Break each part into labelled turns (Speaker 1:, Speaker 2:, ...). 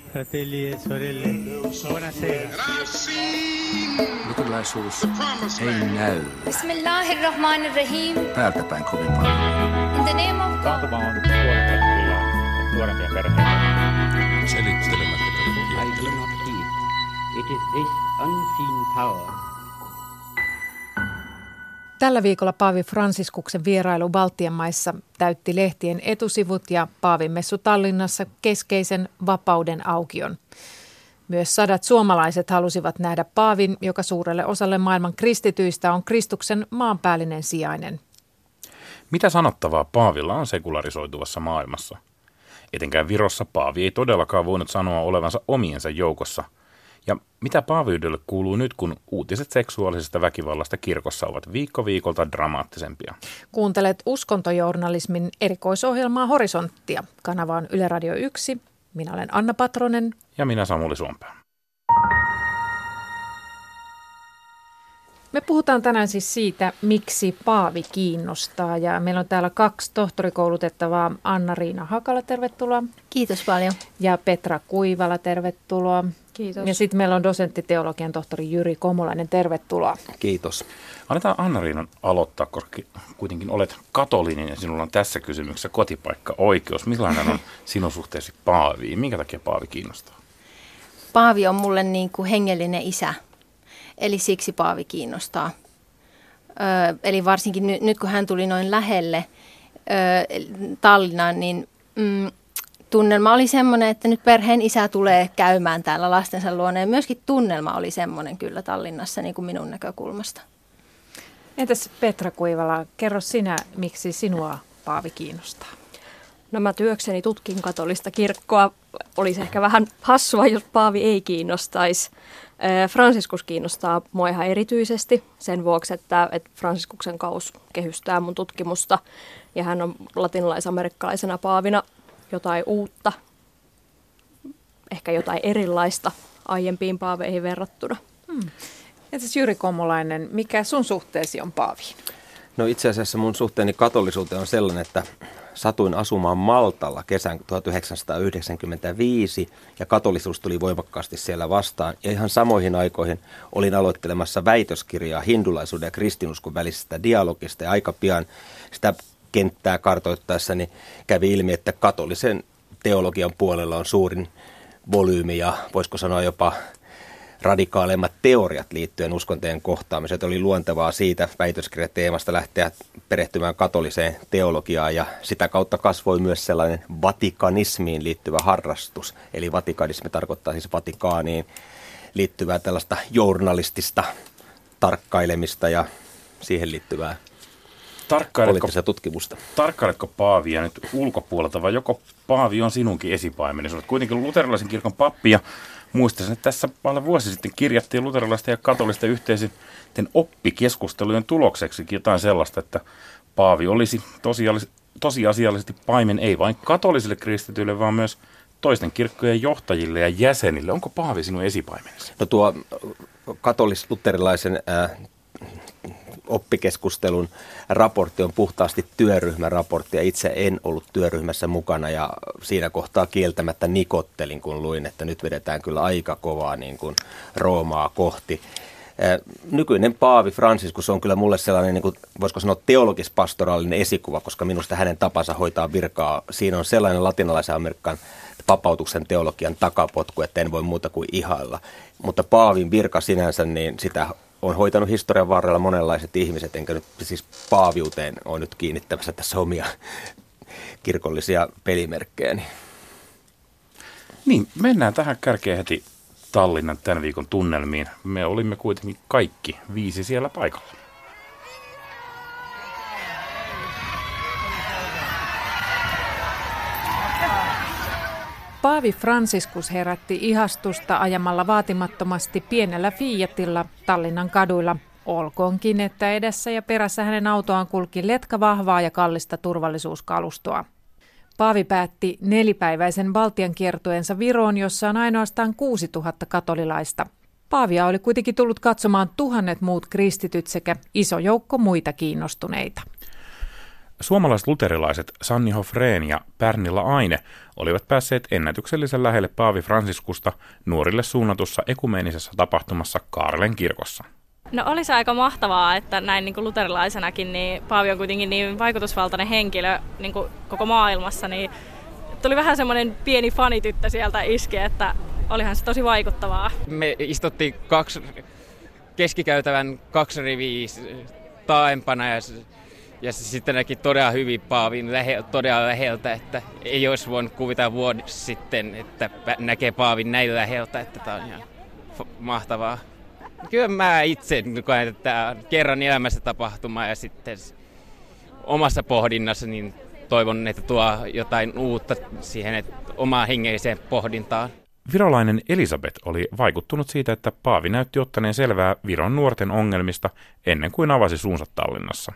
Speaker 1: Fratelli e sorelle, buonasera.
Speaker 2: Luterilaisuus ei näy
Speaker 3: Bismillahirrahmanirrahim.
Speaker 2: täältä päin kovin paljon.
Speaker 3: In the name of God.
Speaker 1: Taantuma on tuottanut kyllä nuorempia perheitä.
Speaker 2: Selittelemättä
Speaker 4: I do not heed. It is this unseen power.
Speaker 5: Tällä viikolla Paavi Fransiskuksen vierailu Baltian maissa täytti lehtien etusivut ja Paavimessu Tallinnassa keskeisen vapauden aukion. Myös sadat suomalaiset halusivat nähdä Paavin, joka suurelle osalle maailman kristityistä on Kristuksen maanpäällinen sijainen.
Speaker 6: Mitä sanottavaa Paavilla on sekularisoituvassa maailmassa? Etenkään Virossa Paavi ei todellakaan voinut sanoa olevansa omiensa joukossa. Ja mitä paaviudelle kuuluu nyt, kun uutiset seksuaalisesta väkivallasta kirkossa ovat viikko viikolta dramaattisempia?
Speaker 5: Kuuntelet uskontojournalismin erikoisohjelmaa Horisonttia. Kanava on Yle Radio 1. Minä olen Anna Patronen.
Speaker 6: Ja minä Samuli Suompää.
Speaker 5: Me puhutaan tänään siis siitä, miksi Paavi kiinnostaa. Ja meillä on täällä 2 tohtorikoulutettavaa. Anna-Riina Hakala, tervetuloa.
Speaker 7: Kiitos paljon.
Speaker 5: Ja Petra Kuivala, tervetuloa.
Speaker 7: Kiitos.
Speaker 5: Ja sitten meillä on dosentti teologian tohtori Jyri Komulainen, tervetuloa.
Speaker 8: Kiitos.
Speaker 6: Annetaan Anna-Riinan aloittaa, koska kuitenkin olet katolinen ja sinulla on tässä kysymyksessä kotipaikka-oikeus. Millainen on sinun suhteesi Paaviin? Minkä takia Paavi kiinnostaa?
Speaker 7: Paavi on mulle niin kuin hengellinen isä, eli siksi Paavi kiinnostaa. Eli varsinkin nyt kun hän tuli noin lähelle Tallinnaan, niin tunnelma oli semmoinen, että nyt perheen isä tulee käymään täällä lastensa luona. Ja myöskin tunnelma oli semmoinen kyllä Tallinnassa niin kuin minun näkökulmasta.
Speaker 5: Entäs Petra Kuivala, kerro sinä, miksi sinua Paavi kiinnostaa?
Speaker 9: No mä työkseni tutkin katolista kirkkoa. Olisi ehkä vähän hassua, jos Paavi ei kiinnostaisi. Franciscus kiinnostaa mua ihan erityisesti sen vuoksi, että Fransiskuksen kaus kehystää mun tutkimusta. Ja hän on latinalais-amerikkalaisena paavina jotain uutta, ehkä jotain erilaista aiempiin paaveihin verrattuna.
Speaker 5: Entäs Jyri Komulainen, mikä sun suhteesi on Paaviin?
Speaker 8: No itse asiassa mun suhteeni katolisuuteen on sellainen, että satuin asumaan Maltalla kesän 1995 ja katolisuus tuli voimakkaasti siellä vastaan. Ja ihan samoihin aikoihin olin aloittelemassa väitöskirjaa hindulaisuuden ja kristinuskon välisestä dialogista ja aika pian sitä kenttää kartoittaessani kävi ilmi, että katolisen teologian puolella on suurin volyymi ja voisiko sanoa jopa radikaaleimmat teoriat liittyen uskontojen kohtaamiseen. Oli luontevaa siitä väitöskirjateemasta lähteä perehtymään katoliseen teologiaan ja sitä kautta kasvoi myös sellainen vatikanismiin liittyvä harrastus. Eli vatikanismi tarkoittaa siis Vatikaaniin liittyvää tällaista journalistista tarkkailemista ja siihen liittyvää poliittista tutkimusta.
Speaker 6: Tarkkailetko Paavia nyt ulkopuolelta vai joko Paavi on sinunkin esipaimeni? Olet kuitenkin luterilaisen kirkon pappi ja muistaisin, että tässä alle vuosi sitten kirjattiin luterilaisten ja katolisten yhteisten oppikeskustelujen tulokseksi jotain sellaista, että Paavi olisi tosiasiallisesti paimen ei vain katolisille kristityille, vaan myös toisten kirkkojen johtajille ja jäsenille. Onko Paavi sinun esipaimenesi?
Speaker 8: No tuo katolis-luterilaisen oppikeskustelun raportti on puhtaasti työryhmäraportti ja itse en ollut työryhmässä mukana ja siinä kohtaa kieltämättä nikottelin, kun luin, että nyt vedetään kyllä aika kovaa niin kuin Roomaa kohti. Nykyinen Paavi Franciscus on kyllä mulle sellainen, niin kuin voisiko sanoa teologis-pastoraalinen esikuva, koska minusta hänen tapansa hoitaa virkaa. Siinä on sellainen latinalaisen Amerikan vapautuksen teologian takapotku, että en voi muuta kuin ihailla. Mutta Paavin virka sinänsä, niin sitä on hoitanut historian varrella monenlaiset ihmiset, enkä nyt siis paaviuteen ole nyt kiinnittämässä tässä omia kirkollisia pelimerkkejäni.
Speaker 6: Niin, mennään tähän kärkeen heti Tallinnan tämän viikon tunnelmiin. Me olimme kuitenkin kaikki 5 siellä paikalla.
Speaker 5: Paavi Franciscus herätti ihastusta ajamalla vaatimattomasti pienellä Fiatilla Tallinnan kaduilla. Olkoonkin, että edessä ja perässä hänen autoaan kulki letkavahvaa ja kallista turvallisuuskalustoa. Paavi päätti 4-päiväisen Baltian kiertueensa Viroon, jossa on ainoastaan 6000 katolilaista. Paavia oli kuitenkin tullut katsomaan 1000 muut kristityt sekä iso joukko muita kiinnostuneita.
Speaker 6: Suomalaiset luterilaiset Sanni Hofrén ja Pernilla Aine olivat päässeet ennätyksellisen lähelle Paavi Franciscusta nuorille suunnatussa ekumeenisessa tapahtumassa Kaarlen kirkossa.
Speaker 10: No oli se aika mahtavaa, että näin niin kuin luterilaisenakin, niin Paavi on kuitenkin niin vaikutusvaltainen henkilö niin kuin koko maailmassa, niin tuli vähän semmoinen pieni fanityttö sieltä iski, että olihan se tosi vaikuttavaa.
Speaker 11: Me istuttiin keskikäytävän 2 riviä taaempana ja se sitten näki todella hyvin Paavin todella läheltä, että ei olisi voinut kuvitella vuosi sitten, että näkee Paavin näin läheltä, että tämä on ihan mahtavaa. Kyllä mä itse koen, että tämä on kerran elämässä tapahtuma ja sitten omassa pohdinnassa niin toivon, että tuo jotain uutta siihen omaan hengelliseen pohdintaan.
Speaker 6: Virolainen Elisabeth oli vaikuttunut siitä, että Paavi näytti ottaneen selvää Viron nuorten ongelmista ennen kuin avasi suunsa Tallinnassa.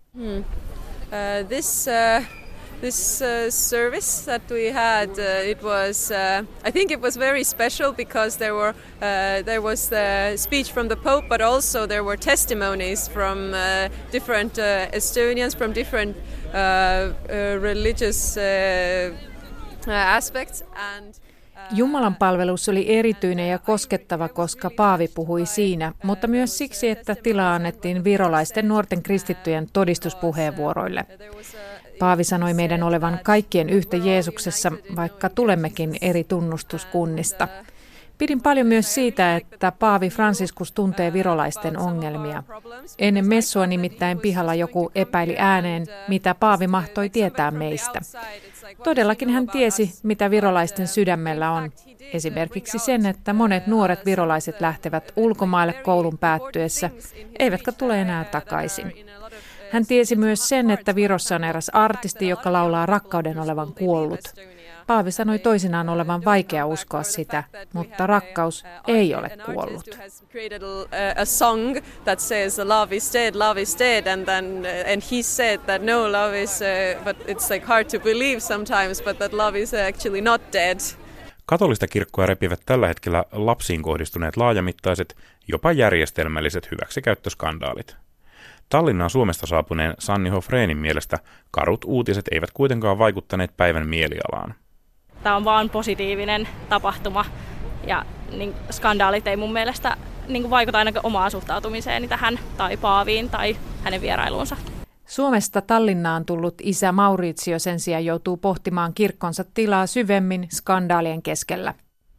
Speaker 12: This service that we had, it was, I think it was very special because there was the speech from the Pope, but also there were testimonies from different Estonians from different religious aspects.
Speaker 5: Jumalan palvelus oli erityinen ja koskettava, koska Paavi puhui siinä, mutta myös siksi, että tilaa annettiin virolaisten nuorten kristittyjen todistuspuheenvuoroille. Paavi sanoi meidän olevan kaikkien yhtä Jeesuksessa, vaikka tulemmekin eri tunnustuskunnista. Pidin paljon myös siitä, että Paavi Franciscus tuntee virolaisten ongelmia. Ennen messua nimittäin pihalla joku epäili ääneen, mitä Paavi mahtoi tietää meistä. Todellakin hän tiesi, mitä virolaisten sydämellä on. Esimerkiksi sen, että monet nuoret virolaiset lähtevät ulkomaille koulun päättyessä, eivätkä tule enää takaisin. Hän tiesi myös sen, että Virossa on eräs artisti, joka laulaa rakkauden olevan kuollut. Paavi sanoi toisinaan olevan vaikea uskoa sitä, mutta rakkaus ei ole kuollut.
Speaker 12: A song that says love is dead, and he said that no, love is, but it's like hard to believe sometimes, but that love is actually not dead.
Speaker 6: Katolista kirkkoa repivät tällä hetkellä lapsiin kohdistuneet laajamittaiset, jopa järjestelmälliset hyväksikäyttöskandaalit. Tallinnaan Suomesta saapuneen Sanni Hofrénin mielestä karut uutiset eivät kuitenkaan vaikuttaneet päivän mielialaan.
Speaker 10: Tämä on vaan positiivinen tapahtuma ja niin, skandaalit ei mun mielestä niin vaikuta ainakaan omaan suhtautumiseeni tähän tai Paaviin tai hänen vierailuunsa. Suomesta Tallinnaan tullut isä Maurizio sen sijaan joutuu pohtimaan kirkkonsa tilaa syvemmin skandaalien keskellä.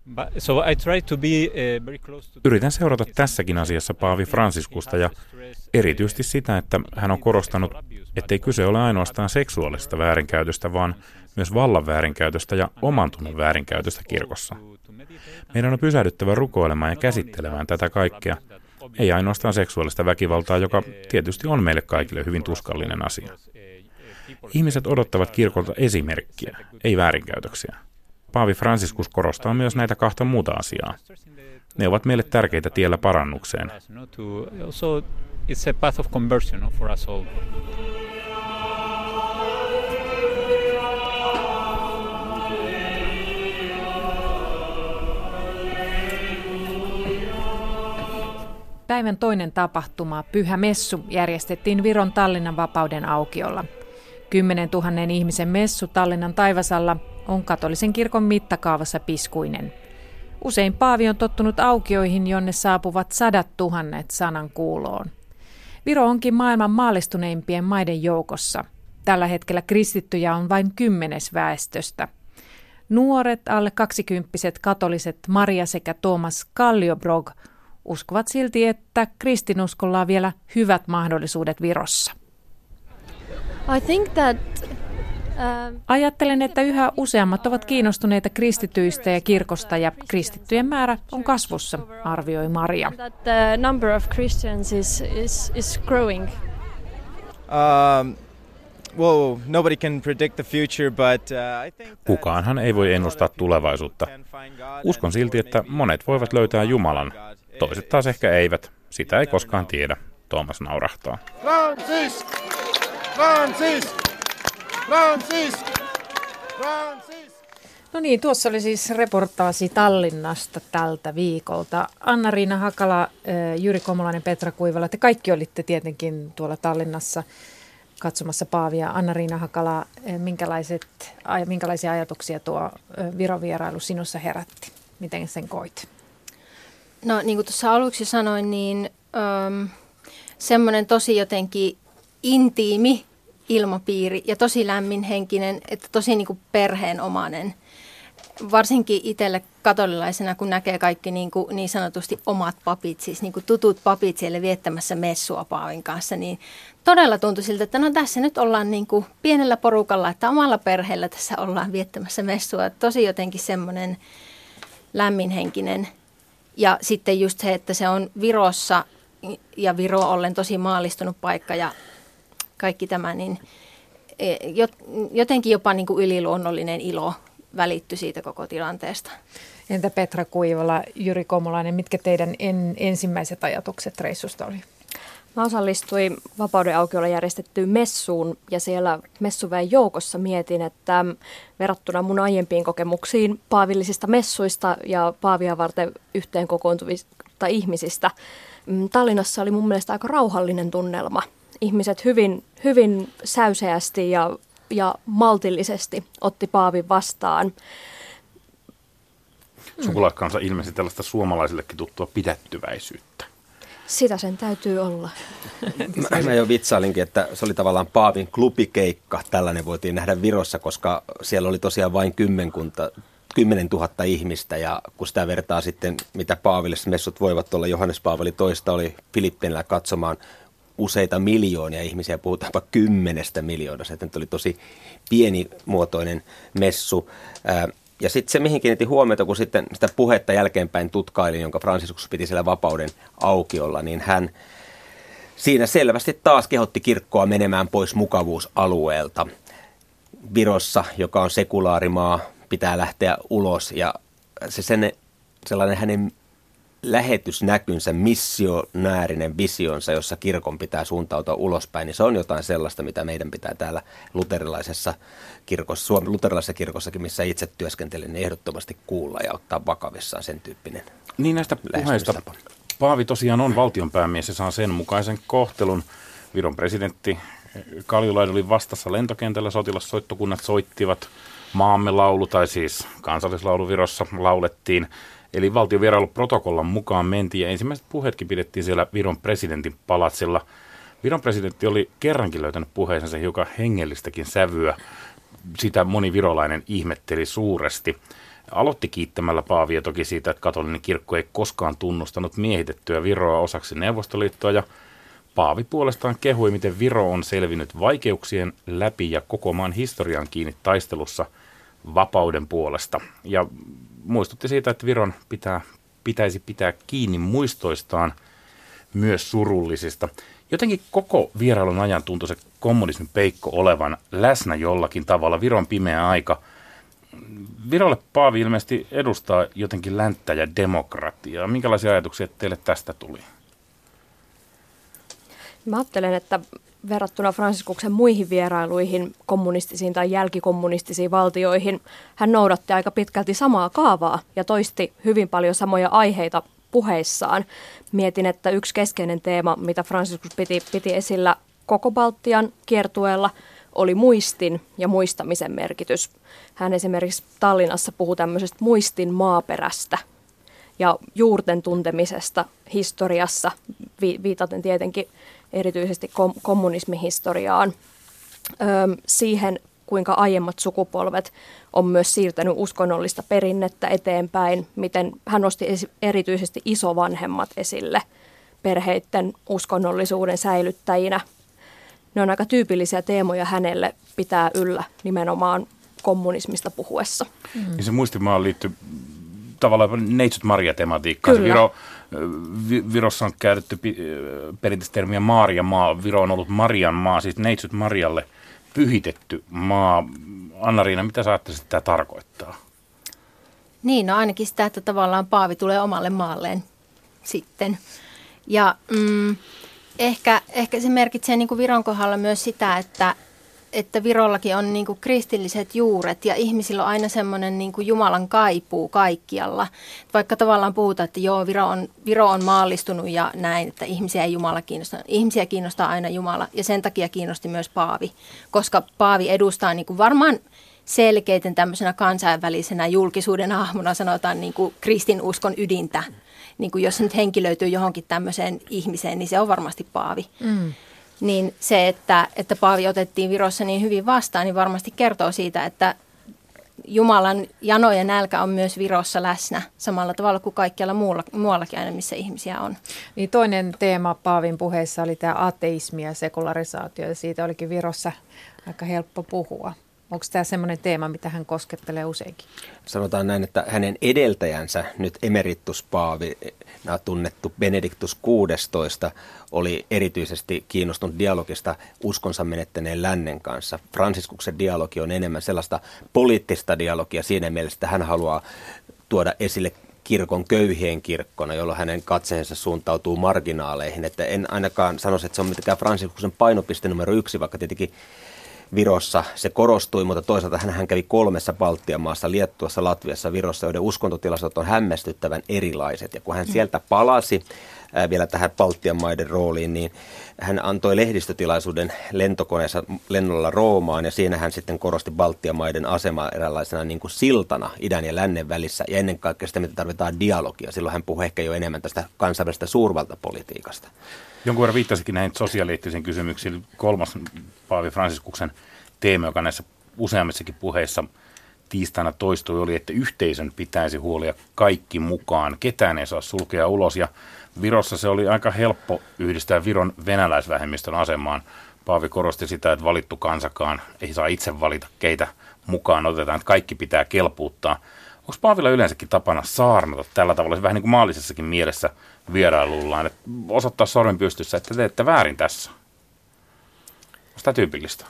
Speaker 6: Yritän seurata tässäkin asiassa Paavi Franciscusta ja erityisesti sitä, että hän on korostanut, ettei kyse ole ainoastaan seksuaalisesta väärinkäytöstä, vaan myös vallan väärinkäytöstä ja omantunnon väärinkäytöstä kirkossa. Meidän on pysähdyttävä rukoilemaan ja käsittelemään tätä kaikkea, ei ainoastaan seksuaalista väkivaltaa, joka tietysti on meille kaikille hyvin tuskallinen asia. Ihmiset odottavat kirkolta esimerkkiä, ei väärinkäytöksiä. Paavi Franciscus korostaa myös näitä kahta muuta asiaa. Ne ovat meille tärkeitä tiellä parannukseen.
Speaker 5: Päivän toinen tapahtuma, Pyhä Messu, järjestettiin Viron Tallinnan Vapauden aukiolla. 10 000 ihmisen messu Tallinnan taivasalla on katolisen kirkon mittakaavassa piskuinen. Usein Paavi on tottunut aukioihin, jonne saapuvat 100 000 sanan kuuloon. Viro onkin maailman maallistuneimpien maiden joukossa. Tällä hetkellä kristittyjä on vain 10 väestöstä. Nuoret, alle 20-vuotiaat katoliset Maria sekä Thomas Kalliobrog uskovat silti, että kristinuskolla on vielä hyvät mahdollisuudet Virossa. Ajattelen, että yhä useammat ovat kiinnostuneita kristityistä ja kirkosta ja kristittyjen määrä on kasvussa, arvioi Maria.
Speaker 6: Kukaanhan ei voi ennustaa tulevaisuutta. Uskon silti, että monet voivat löytää Jumalan. Toiset taas ehkä eivät. Sitä ei koskaan tiedä. Thomas naurahtaa.
Speaker 13: Francis! Francis! Francis! Francis!
Speaker 5: No niin, tuossa oli siis reportaasi Tallinnasta tältä viikolta. Anna-Riina Hakala, Jyri Komolainen, Petra Kuivala, te kaikki olitte tietenkin tuolla Tallinnassa. katsomassa paavia. Anna-Riina Hakala, minkälaisia ajatuksia tuo Viron vierailu sinussa herätti? Miten sen koit?
Speaker 7: No niin kuin tuossa aluksi sanoin, niin semmoinen tosi jotenkin intiimi ilmapiiri ja tosi lämminhenkinen, että tosi niin kuin perheenomainen. Varsinkin itselle katolilaisena, kun näkee kaikki niin sanotusti omat papit, siis niin kuin tutut papit siellä viettämässä messua paavin kanssa, niin todella tuntui siltä, että no tässä nyt ollaan niin kuin pienellä porukalla, että omalla perheellä tässä ollaan viettämässä messua. Tosi jotenkin semmoinen lämminhenkinen. Ja sitten just se, että se on Virossa ja Viro ollen tosi maallistunut paikka ja kaikki tämä, niin jotenkin jopa niin kuin yliluonnollinen ilo välittyi siitä koko tilanteesta.
Speaker 5: Entä Petra Kuivola, Jyri Komulainen, mitkä teidän ensimmäiset ajatukset reissusta oli?
Speaker 9: Mä osallistuin Vapauden aukiolla järjestettyyn messuun ja siellä messuväen joukossa mietin, että verrattuna mun aiempiin kokemuksiin paavillisista messuista ja paavia varten yhteen kokoontuvista ihmisistä, Tallinnassa oli mun mielestä aika rauhallinen tunnelma. Ihmiset hyvin säyseästi ja maltillisesti otti paavin vastaan.
Speaker 6: Sukulaiskansa ilmeisesti tällaista suomalaisillekin tuttua pidättyväisyyttä.
Speaker 9: Sitä sen täytyy olla.
Speaker 8: Mä jo vitsailinkin, että se oli tavallaan paavin klubikeikka. Tällainen voitiin nähdä Virossa, koska siellä oli tosiaan vain 10 000 ihmistä. Ja kun sitä vertaa sitten, mitä paavillisessa messut voivat olla, Johannes Paavali toista oli Filippiinillä katsomaan useita miljoonia ihmisiä, puhutaanpa 10 miljoonasta. Että nyt oli tosi pienimuotoinen messu. Ja sitten se, mihin kiinnitin huomiota, kun sitten sitä puhetta jälkeenpäin tutkailin, jonka Franciscus piti siellä Vapauden aukiolla, niin hän siinä selvästi taas kehotti kirkkoa menemään pois mukavuusalueelta. Virossa, joka on sekulaarimaa, pitää lähteä ulos ja sellainen hänen lähetysnäkynsä, missionäärinen visionsa, jossa kirkon pitää suuntautua ulospäin, niin se on jotain sellaista, mitä meidän pitää täällä luterilaisessa kirkossa, Suomen luterilaisessa kirkossakin, missä itse työskentelen, niin ehdottomasti kuulla ja ottaa vakavissaan sen tyyppinen.
Speaker 6: Niin näistä puheista. Paavi tosiaan on valtionpäämies ja saa sen mukaisen kohtelun. Viron presidentti Kaljulaid oli vastassa lentokentällä, sotilassoittokunnat soittivat, maamme laulu tai siis kansallislaulu Virossa laulettiin. Eli valtiovierailuprotokollan mukaan mentiin ja ensimmäiset puheetkin pidettiin siellä Viron presidentin palatsilla. Viron presidentti oli kerrankin löytänyt puheeseensa hiukan hengellistäkin sävyä. Sitä moni virolainen ihmetteli suuresti. Aloitti kiittämällä paavia toki siitä, että katolinen kirkko ei koskaan tunnustanut miehitettyä Viroa osaksi Neuvostoliittoa. Ja paavi puolestaan kehui, miten Viro on selvinnyt vaikeuksien läpi ja koko maan historiaan kiinni taistelussa vapauden puolesta. Ja muistutti siitä, että Viron pitäisi pitää kiinni muistoistaan myös surullisista. Jotenkin koko vierailun ajan tuntui se kommunismin peikko olevan läsnä jollakin tavalla. Viron pimeä aika. Virolle paavi ilmeisesti edustaa jotenkin länttä ja demokratiaa. Minkälaisia ajatuksia teille tästä tuli?
Speaker 9: Mä ajattelen, että verrattuna Franciscuksen muihin vierailuihin, kommunistisiin tai jälkikommunistisiin valtioihin, hän noudatti aika pitkälti samaa kaavaa ja toisti hyvin paljon samoja aiheita puheissaan. Mietin, että yksi keskeinen teema, mitä Franciscus piti esillä koko Baltian kiertueella, oli muistin ja muistamisen merkitys. Hän esimerkiksi Tallinnassa puhui tämmöisestä muistin maaperästä ja juurten tuntemisesta historiassa, viitaten tietenkin erityisesti kommunismihistoriaan, siihen kuinka aiemmat sukupolvet on myös siirtänyt uskonnollista perinnettä eteenpäin, miten hän nosti erityisesti isovanhemmat esille perheiden uskonnollisuuden säilyttäjinä. Ne on aika tyypillisiä teemoja hänelle pitää yllä nimenomaan kommunismista puhuessa.
Speaker 6: Niin se muistimaan liittyy tavallaan Neitsyt Maria-tematiikkaan. Virossa on käytetty perinteistä termiä Maariamaa. Viro on ollut Marian maa, siis Neitsyt Marialle pyhitetty maa. Anna-Riina, mitä sä ajattelisit, että tämä tarkoittaa?
Speaker 7: Niin, no ainakin sitä, että tavallaan paavi tulee omalle maalleen sitten. Ja ehkä se merkitsee niin kuin Viron kohdalla myös sitä, että että Virollakin on niin kuin kristilliset juuret ja ihmisillä on aina semmoinen niin kuin Jumalan kaipuu kaikkialla. Vaikka tavallaan puhutaan, että joo, Viro on maallistunut ja näin, että ihmisiä ei Jumala kiinnosta. Ihmisiä kiinnostaa aina Jumala ja sen takia kiinnosti myös Paavi, koska Paavi edustaa niin kuin varmaan selkeiten tämmöisenä kansainvälisenä julkisuuden hahmona sanotaan niin kuin kristinuskon ydintä. Niin kuin jos se nyt henkilöityy johonkin tämmöiseen ihmiseen, niin se on varmasti Paavi. Niin se, että Paavi otettiin Virossa niin hyvin vastaan, niin varmasti kertoo siitä, että Jumalan jano ja nälkä on myös Virossa läsnä samalla tavalla kuin kaikkialla muuallakin aina, missä ihmisiä on.
Speaker 5: Niin toinen teema Paavin puheessa oli tämä ateismi ja sekularisaatio, ja siitä olikin Virossa aika helppo puhua. Onko tämä semmoinen teema, mitä hän koskettelee useinkin?
Speaker 8: Sanotaan näin, että hänen edeltäjänsä, nyt emerituspaavina tunnettu Benedictus XVI, oli erityisesti kiinnostunut dialogista uskonsa menettäneen lännen kanssa. Fransiskuksen dialogi on enemmän sellaista poliittista dialogia siinä mielessä, että hän haluaa tuoda esille kirkon köyhien kirkkona, jolloin hänen katseensa suuntautuu marginaaleihin. Että en ainakaan sanoisi, että se on mitenkään Fransiskuksen painopiste numero 1, vaikka tietenkin Virossa se korostui, mutta toisaalta hän kävi 3 Baltian maassa, Liettuassa, Latviassa, Virossa, joiden uskontotilastot on hämmästyttävän erilaiset. Ja kun hän sieltä palasi vielä tähän Baltian maiden rooliin, niin hän antoi lehdistötilaisuuden lentokoneessa lennolla Roomaan, ja siinä hän sitten korosti Baltian maiden asemaa eräänlaisena niin kuin siltana idän ja lännen välissä, ja ennen kaikkea sitä, mitä tarvitaan dialogia. Silloin hän puhui ehkä jo enemmän tästä kansainvälisestä suurvaltapolitiikasta.
Speaker 6: Jonkun verran viittasikin näihin sosiaalieettisiin kysymyksiin. 3. Paavi Fransiskuksen teema, joka näissä useammissakin puheissa tiistaina toistui, oli, että yhteisön pitäisi huolia kaikki mukaan. Ketään ei saa sulkea ulos, ja Virossa se oli aika helppo yhdistää Viron venäläisvähemmistön asemaan. Paavi korosti sitä, että valittu kansakaan ei saa itse valita, keitä mukaan otetaan, että kaikki pitää kelpuuttaa. Onko Paavilla yleensäkin tapana saarnata tällä tavalla, vähän niin kuin maallisessakin mielessä vierailullaan, että osoittaa sormen pystyssä, että teette väärin tässä? Onko tämä tyypillistä?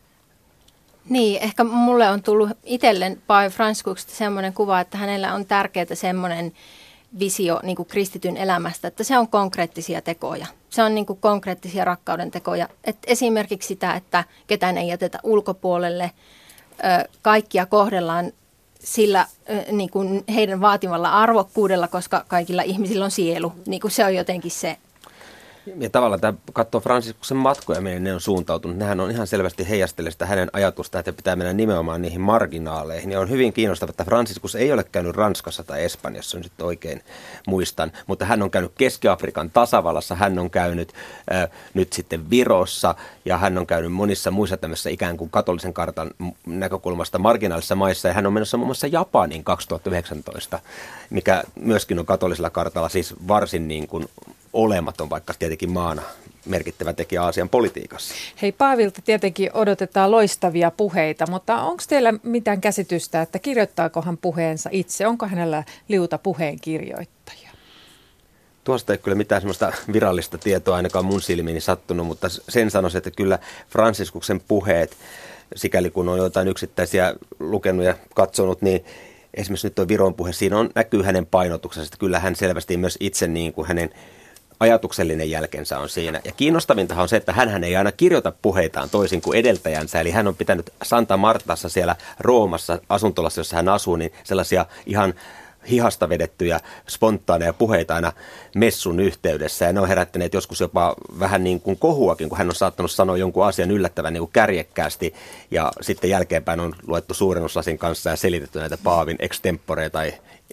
Speaker 7: Niin, ehkä mulle on tullut itselle Paavi Franciscuksesta semmoinen kuva, että hänellä on tärkeää semmoinen visio niin kuin kristityn elämästä, että se on konkreettisia tekoja. Se on niin kuin konkreettisia rakkauden tekoja. Et esimerkiksi sitä, että ketään ei jätetä ulkopuolelle, kaikkia kohdellaan sillä niin kuin heidän vaatimalla arvokkuudella, koska kaikilla ihmisillä on sielu. Niin kuin se on jotenkin se.
Speaker 8: Ja tavallaan tämä katsoo Fransiskuksen matkoja, minne ne on suuntautunut. Nehän on ihan selvästi heijastelee sitä hänen ajatusta, että pitää mennä nimenomaan niihin marginaaleihin. Ja on hyvin kiinnostavaa, että Franciscus ei ole käynyt Ranskassa tai Espanjassa, nyt oikein muistan. Mutta hän on käynyt Keski-Afrikan tasavallassa, hän on käynyt nyt sitten Virossa ja hän on käynyt monissa muissa tämmöisissä ikään kuin katolisen kartan näkökulmasta marginaalisissa maissa. Ja hän on menossa muun muassa Japaniin 2019, mikä myöskin on katolisella kartalla siis varsin niin kuin olematon, vaikka tietenkin maana merkittävä tekijä Aasian politiikassa.
Speaker 5: Hei, Paavilta tietenkin odotetaan loistavia puheita, mutta onko teillä mitään käsitystä, että kirjoittaako hän puheensa itse? Onko hänellä liuta puheenkirjoittaja?
Speaker 8: Tuosta ei kyllä mitään sellaista virallista tietoa ainakaan mun silmiini sattunut, mutta sen sanoisin, että kyllä Fransiskuksen puheet, sikäli kun on jotain yksittäisiä lukenut ja katsonut, niin esimerkiksi nyt tuo Viron puhe, siinä näkyy hänen painotuksensa, että kyllä hän selvästi myös itse niin kuin hänen ajatuksellinen jälkensä on siinä. Ja kiinnostavintahan on se, että hän ei aina kirjoita puheitaan toisin kuin edeltäjänsä. Eli hän on pitänyt Santa Martassa siellä Roomassa asuntolassa, jossa hän asuu, niin sellaisia ihan hihasta vedettyjä spontaaneja puheita aina messun yhteydessä. Ja ne on herättäneet joskus jopa vähän niin kuin kohuakin, kun hän on saattanut sanoa jonkun asian yllättävän niin kuin kärjekkäästi. Ja sitten jälkeenpäin on luettu suurennuslasin kanssa ja selitetty näitä Paavin extemporeja tai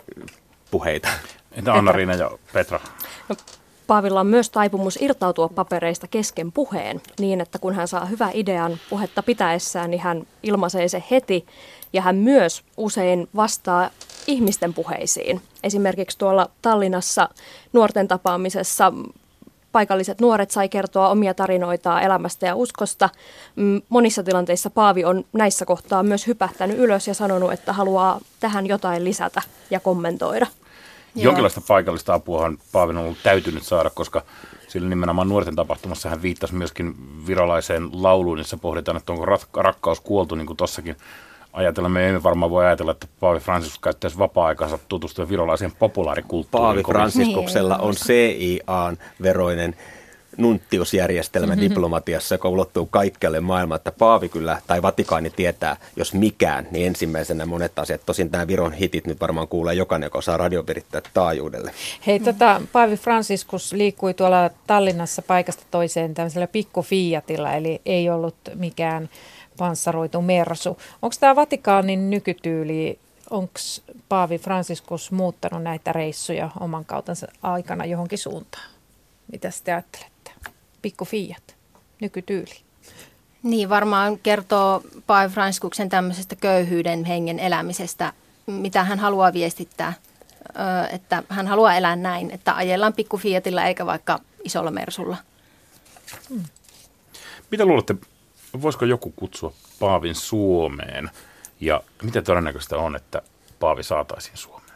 Speaker 8: puheita.
Speaker 6: Entä Anna-Riina ja Petra?
Speaker 9: No, Paavilla on myös taipumus irtautua papereista kesken puheen niin, että kun hän saa hyvän idean puhetta pitäessään, niin hän ilmaisee se heti ja hän myös usein vastaa ihmisten puheisiin. Esimerkiksi tuolla Tallinnassa nuorten tapaamisessa paikalliset nuoret sai kertoa omia tarinoitaan elämästä ja uskosta. Monissa tilanteissa Paavi on näissä kohtaa myös hypähtänyt ylös ja sanonut, että haluaa tähän jotain lisätä ja kommentoida.
Speaker 6: Jonkinlaista paikallista apuahan Paavin on ollut täytynyt saada, koska sillä nimenomaan nuorten tapahtumassa hän viittasi myöskin virolaiseen lauluun, jossa pohditaan, että onko rakkaus kuoltu, niin kuin tuossakin ajatellaan. Me emme varmaan voi ajatella, että Paavi Franciscus käyttäisi vapaa-aikansa tutustua virolaiseen populaarikulttuuriin.
Speaker 8: Paavi Franciscuksella on CIA:n veroinen nunttiusjärjestelmä diplomatiassa, joka ulottuu kaikkialle maailmaan, että Paavi kyllä, tai Vatikaani tietää, jos mikään, niin ensimmäisenä monet asiat. Tosin nämä Viron hitit nyt varmaan kuulee jokainen, joka osaa radioperittää taajuudelle.
Speaker 5: Hei, Paavi Franciscus liikkui tuolla Tallinnassa paikasta toiseen tämmöisellä pikku Fiatilla, eli ei ollut mikään panssaroitu Mersu. Onko tämä Vatikaanin nykytyyli, onko Paavi Franciscus muuttanut näitä reissuja oman kautensa aikana johonkin suuntaan? Mitä te ajattelette? Pikku Fiat, nykytyyli.
Speaker 7: Niin, varmaan kertoo Paavi Franciscuksen tämmöisestä köyhyyden hengen elämisestä, mitä hän haluaa viestittää. Että hän haluaa elää näin, että ajellaan pikku Fiatilla eikä vaikka isolla Mersulla.
Speaker 6: Mitä luulette, voisiko joku kutsua Paavin Suomeen? Ja miten todennäköistä on, että Paavi saataisiin Suomeen?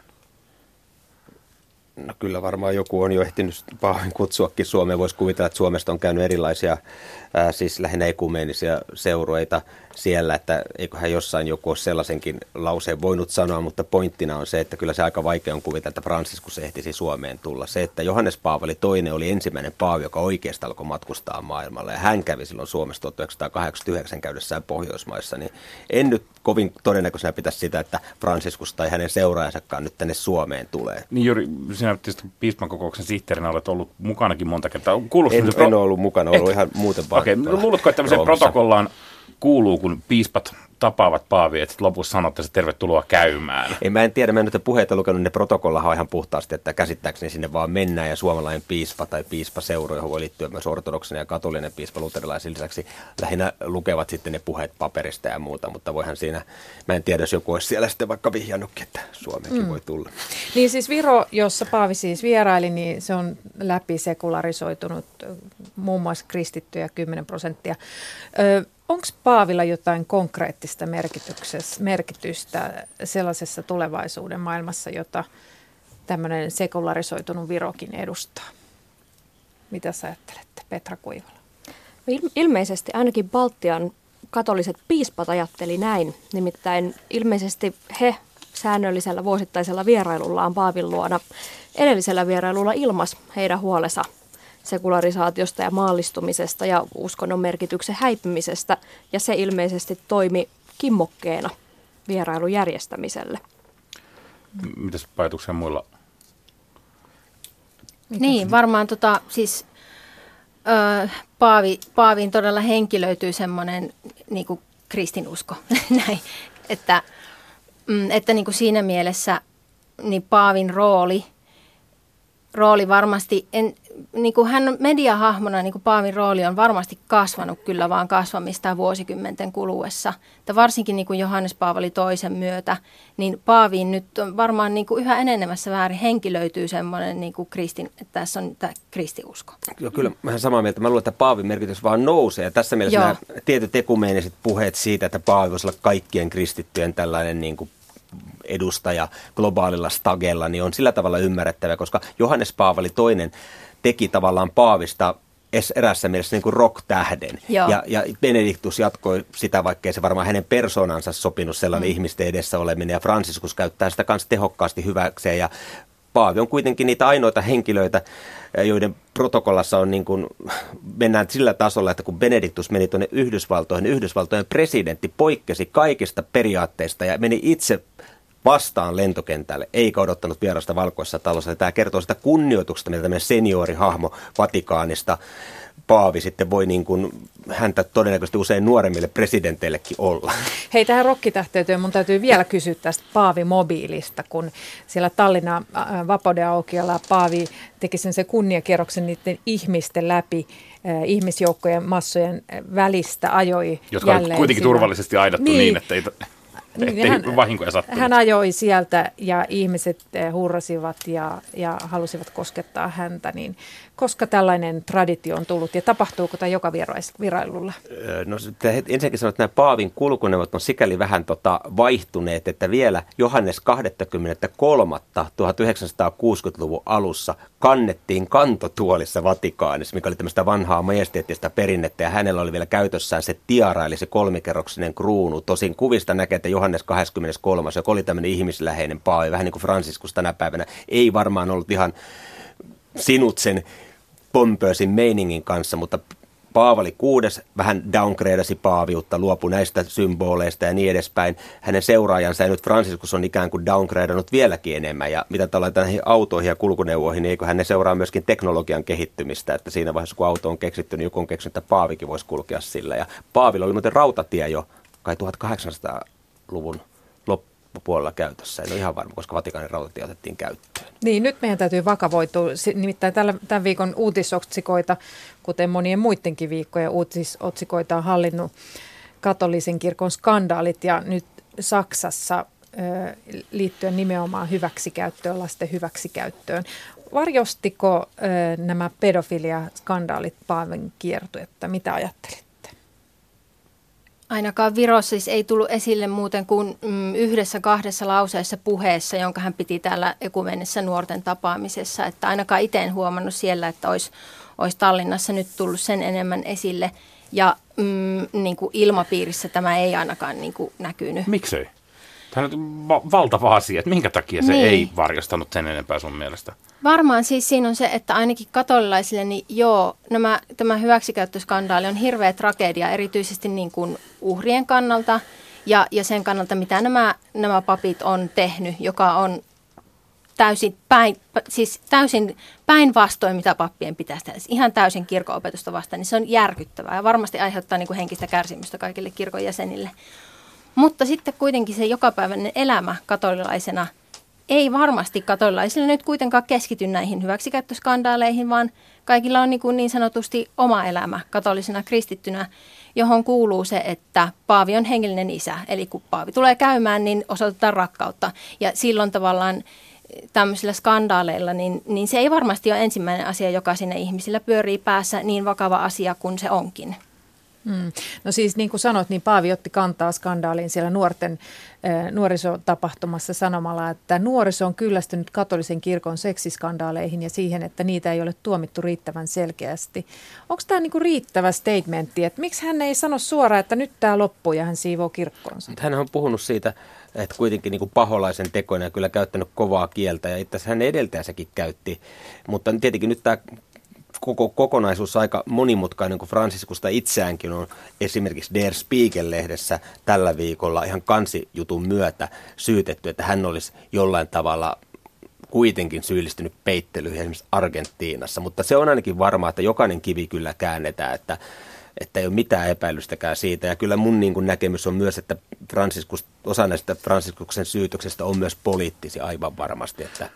Speaker 8: No kyllä varmaan joku on jo ehtinyt Paavin kutsuakin Suomeen. Voisi kuvitella, että Suomesta on käynyt erilaisia, siis lähinnä ekumeenisia seurueita siellä, että eiköhän jossain joku ole sellaisenkin lauseen voinut sanoa, mutta pointtina on se, että kyllä se aika vaikea on kuvitella, että Franciscus ehtisi Suomeen tulla. Se, että Johannes Paavali II oli ensimmäinen paavi, joka oikeasti alkoi matkustaa maailmalla, ja hän kävi silloin Suomessa 1989 käydessään Pohjoismaissa, niin en nyt kovin todennäköisenä pitäisi sitä, että Franciscus tai hänen seuraajansakaan nyt tänne Suomeen tulee.
Speaker 6: Niin Juri, sinä tietysti piispan kokouksen sihteerinä olet ollut mukanakin monta kertaa.
Speaker 8: En ole ollut mukana, ollut ihan muuten vaan.
Speaker 6: Okei, luuletko, että tämmöiseen protokollaan kuuluu, kun piispat tapaavat Paavia, että lopussa sanotte se tervetuloa käymään?
Speaker 8: Mä en tiedä, mä en nyt puheita lukenut, ne protokollahan on ihan puhtaasti, että käsittääkseni sinne vaan mennään ja suomalainen piispa tai piispaseuro, johon voi liittyä myös ortodoksinen ja katolinen piispa luterilaisen lisäksi, lähinnä lukevat sitten ne puheet paperista ja muuta, mutta voihan siinä, mä en tiedä, jos joku olisi siellä sitten vaikka vihjannutkin, että Suomeenkin voi tulla.
Speaker 5: Niin siis Viro, jossa Paavi siis vieraili, niin se on läpi sekularisoitunut, muun muassa kristittyjä 10%. Onko Paavilla jotain konkreettista merkitystä sellaisessa tulevaisuuden maailmassa, jota tämmöinen sekularisoitunut Virokin edustaa? Mitä sä ajattelette, Petra Kuivala?
Speaker 9: Ilmeisesti ainakin Baltian katoliset piispat ajatteli näin. Nimittäin ilmeisesti he säännöllisellä vuosittaisella vierailullaan Paavin luona edellisellä vierailulla ilmas heidän huolensa sekularisaatiosta ja maallistumisesta ja uskonnon merkityksen häipymisestä, ja se ilmeisesti toimi kimmokkeena vierailun järjestämiselle.
Speaker 6: Mitäs ajatuksia muilla?
Speaker 7: Niin, varmaan siis Paaviin todella henkilöityy semmoinen niin kuin kristinusko, näin, että niin kuin siinä mielessä niin Paavin rooli varmasti, niin kuin hän mediahahmona, niin kuin Paavin rooli on varmasti kasvanut kyllä vaan kasvamistaan vuosikymmenten kuluessa. Että varsinkin niin kuin Johannes Paavali toisen myötä, niin Paaviin nyt on varmaan niin kuin yhä enenevässä väärin henkilöityy semmoinen, niin kuin että tässä on tämä kristiusko.
Speaker 8: Joo, kyllä mä olen samaa mieltä. Mä luulen, että Paavin merkitys vaan nousee. Ja tässä mielessä nämä tietyt ekumeeniset puheet siitä, että Paavi voisi olla kaikkien kristittyjen tällainen niin kuin edustaja globaalilla stagella, niin on sillä tavalla ymmärrettävä, koska Johannes Paavali II teki tavallaan Paavista erässä mielessä niin kuin rock-tähden. Ja Benediktus jatkoi sitä, vaikkei se varmaan hänen persoonansa sopinut sellainen ihmisten edessä oleminen, ja Franciscus käyttää sitä myös tehokkaasti hyväkseen, ja Paavi on kuitenkin niitä ainoita henkilöitä, joiden protokollassa on niin kuin, mennään sillä tasolla, että kun Benediktus meni tuonne Yhdysvaltoihin, Yhdysvaltojen presidentti poikkesi kaikista periaatteista ja meni itse vastaan lentokentälle, eikä odottanut vierasta Valkoisessa talossa. Tämä kertoo sitä kunnioituksesta, mitä tämmöinen seniorihahmo Vatikaanista Paavi sitten voi niin kuin häntä todennäköisesti usein nuoremmille presidenteillekin olla.
Speaker 5: Hei, tähän rokkitähteyteen mun täytyy vielä kysyä tästä Paavi-mobiilista, kun siellä Tallinnan Vapauden-aukiolla Paavi teki sen kunniakierroksen niiden ihmisten läpi, ihmisjoukkojen massojen välistä ajoi
Speaker 6: jotka
Speaker 5: jälleen.
Speaker 6: Jotka kuitenkin
Speaker 5: siinä
Speaker 6: turvallisesti aidattu niin että ei vahinkoja sattunut.
Speaker 5: Hän ajoi sieltä ja ihmiset hurrasivat ja halusivat koskettaa häntä. Niin koska tällainen traditio on tullut ja tapahtuuko tämä joka virailulla?
Speaker 8: No ensinnäkin sanoit, että nämä Paavin kulkuneuvot on sikäli vähän vaihtuneet, että vielä Johannes 23. 1960-luvun alussa kannettiin kantotuolissa Vatikaanissa, mikä oli tämmöistä vanhaa majesteettista perinnettä, ja hänellä oli vielä käytössään se tiara, eli se kolmikerroksinen kruunu. Tosin kuvista näkee, että Johannes 23., joka oli tämmöinen ihmisläheinen Paavi, vähän niin kuin Franciscus tänä päivänä, ei varmaan ollut ihan sinut sen pompöösin meiningin kanssa, mutta Paavali VI vähän downgradasi paaviutta, luopui näistä symboleista ja niin edespäin. Hänen seuraajansa ja nyt Franciscus on ikään kuin downgradannut vieläkin enemmän. Ja mitä tulee näihin autoihin ja kulkuneuvoihin, niin eikö hän seuraa myöskin teknologian kehittymistä, että siinä vaiheessa kun auto on keksitty, niin joku on keksinyt, että paavikin voisi kulkea sillä. Ja Paavilla oli muuten rautatie jo kai 1800-luvun loppupuolella käytössä. En ole ihan varma, koska Vatikaanin rautatie otettiin käyttöön.
Speaker 5: Niin, nyt meidän täytyy vakavoitua. Nimittäin tämän viikon uutisotsikoita, kuten monien muidenkin viikkojen uutisotsikoita, on hallinnut katolisen kirkon skandaalit. Ja nyt Saksassa liittyen nimenomaan hyväksikäyttöön, lasten hyväksikäyttöön. Varjostiko nämä pedofiliaskandaalit Paavin kiertuetta? Mitä ajattelit?
Speaker 7: Ainakaan Virossa siis ei tullut esille muuten kuin yhdessä 2 lauseessa puheessa, jonka hän piti täällä ekumenessa nuorten tapaamisessa. Että ainakaan itse en huomannut siellä, että olisi Tallinnassa nyt tullut sen enemmän esille. Ja niin kuin ilmapiirissä tämä ei ainakaan niin kuin näkynyt.
Speaker 6: Miksei? Tämä on nyt valtava asia, että minkä takia se ei varjostanut sen enempää sun mielestä?
Speaker 7: Varmaan siis siinä on se, että ainakin katolilaisille, niin joo, tämä hyväksikäyttöskandaali on hirveä tragedia, erityisesti niin kuin uhrien kannalta ja sen kannalta, mitä nämä papit on tehnyt, joka on täysin päinvastoin, mitä pappien pitäisi tehdä. Ihan täysin kirkon opetusta vastaan, niin se on järkyttävää ja varmasti aiheuttaa niin kuin henkistä kärsimystä kaikille kirkon jäsenille. Mutta sitten kuitenkin se jokapäiväinen elämä katolilaisena ei varmasti katolilaisille nyt kuitenkaan keskity näihin hyväksikäyttöskandaaleihin, vaan kaikilla on niin sanotusti oma elämä katolisena kristittynä, johon kuuluu se, että paavi on hengellinen isä. Eli kun paavi tulee käymään, niin osoitetaan rakkautta. Ja silloin tavallaan tämmöisillä skandaaleilla, niin se ei varmasti ole ensimmäinen asia, joka sinne ihmisillä pyörii päässä, niin vakava asia kuin se onkin.
Speaker 5: No siis niin kuin sanoit, niin Paavi otti kantaa skandaaliin siellä nuorisotapahtumassa sanomalla, että nuoriso on kyllästynyt katolisen kirkon seksiskandaaleihin ja siihen, että niitä ei ole tuomittu riittävän selkeästi. Onko tämä niin kuin riittävä statementti, että miksi hän ei sano suoraan, että nyt tämä loppuu ja hän siivoo kirkkonsa?
Speaker 8: Hän on puhunut siitä, että kuitenkin niin kuin paholaisen tekoina ja kyllä käyttänyt kovaa kieltä ja itse asiassa hän edeltäjänsäkin käytti, mutta tietenkin nyt tämä koko kokonaisuus aika monimutkainen, kun Franciscusta itseäänkin on esimerkiksi Der Spiegel-lehdessä tällä viikolla ihan kansijutun myötä syytetty, että hän olisi jollain tavalla kuitenkin syyllistynyt peittelyihin esimerkiksi Argentiinassa. Mutta se on ainakin varmaa, että jokainen kivi kyllä käännetään, että ei ole mitään epäilystäkään siitä. Ja kyllä mun niin kuin näkemys on myös, että osa näistä Franciscuksen syytöksestä on myös poliittisia aivan varmasti, että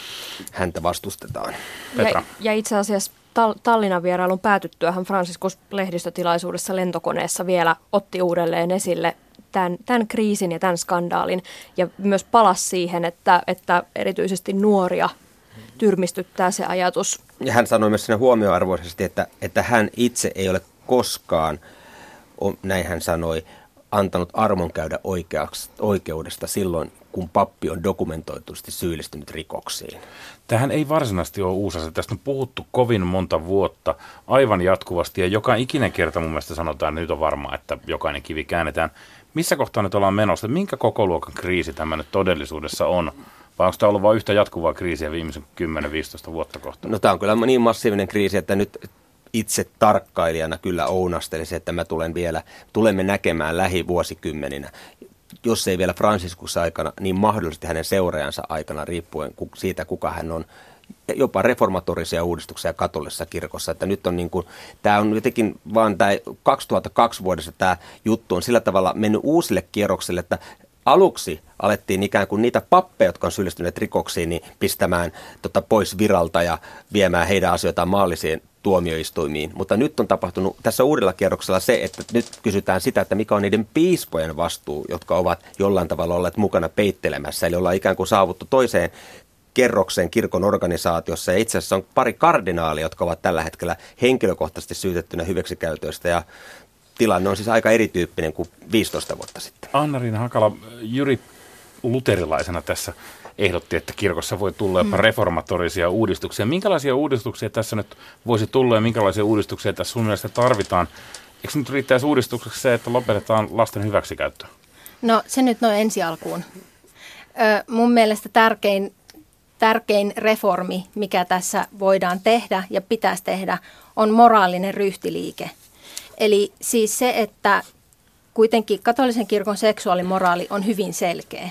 Speaker 8: häntä vastustetaan.
Speaker 9: Petra. Ja itse asiassa Tallinnan vierailun päätyttyähän Franciscus lehdistötilaisuudessa lentokoneessa vielä otti uudelleen esille tämän kriisin ja tämän skandaalin ja myös palasi siihen, että erityisesti nuoria tyrmistyttää se ajatus.
Speaker 8: Ja hän sanoi myös siinä huomioarvoisesti, että hän itse ei ole koskaan, näin hän sanoi, antanut armon käydä oikeudesta silloin, kun pappi on dokumentoitusti syyllistynyt rikoksiin.
Speaker 6: Tämähän ei varsinaisesti ole uusi asia. Tästä on puhuttu kovin monta vuotta aivan jatkuvasti ja joka ikinen kerta mun mielestä sanotaan, että nyt on varmaa, että jokainen kivi käännetään. Missä kohtaa nyt ollaan menossa? Minkä kokoluokan kriisi tämä nyt todellisuudessa on? Vai onko tämä ollut vain yhtä jatkuvaa kriisiä viimeisen 10-15 vuotta kohtaan?
Speaker 8: No tämä on kyllä niin massiivinen kriisi, että nyt itse tarkkailijana kyllä ounastelisin, että tulemme näkemään lähivuosikymmeninä, jos ei vielä Franciscus aikana, niin mahdollisesti hänen seuraajansa aikana, riippuen siitä, kuka hän on, jopa reformatorisia uudistuksia katolisessa kirkossa. Että nyt on niin kuin, tämä on jotenkin vaan tämä 2002 vuodessa tämä juttu on sillä tavalla mennyt uusille kierroksille, että aluksi alettiin ikään kuin niitä pappeja, jotka on syyllistyneet rikoksiin, niin pistämään pois viralta ja viemään heidän asioitaan maallisiin tuomioistuimiin. Mutta nyt on tapahtunut tässä uudella kierroksella se, että nyt kysytään sitä, että mikä on niiden piispojen vastuu, jotka ovat jollain tavalla olleet mukana peittelemässä. Eli ollaan ikään kuin saavuttu toiseen kerrokseen kirkon organisaatiossa. Ja itse asiassa on pari kardinaalia, jotka ovat tällä hetkellä henkilökohtaisesti syytettynä hyväksikäytöistä. Ja tilanne on siis aika erityyppinen kuin 15 vuotta sitten.
Speaker 6: Anna-Riina Hakala, Jyri luterilaisena tässä ehdotti, että kirkossa voi tulla jopa reformatorisia uudistuksia. Minkälaisia uudistuksia tässä nyt voisi tulla ja minkälaisia uudistuksia tässä sun mielestä tarvitaan? Eikö nyt riittäisi uudistukseksi se, että lopetetaan lasten hyväksikäyttö?
Speaker 7: No se nyt noin ensi alkuun. Mun mielestä tärkein tärkein reformi, mikä tässä voidaan tehdä ja pitäisi tehdä, on moraalinen ryhtiliike. Eli siis se, että kuitenkin katolisen kirkon seksuaalimoraali on hyvin selkeä.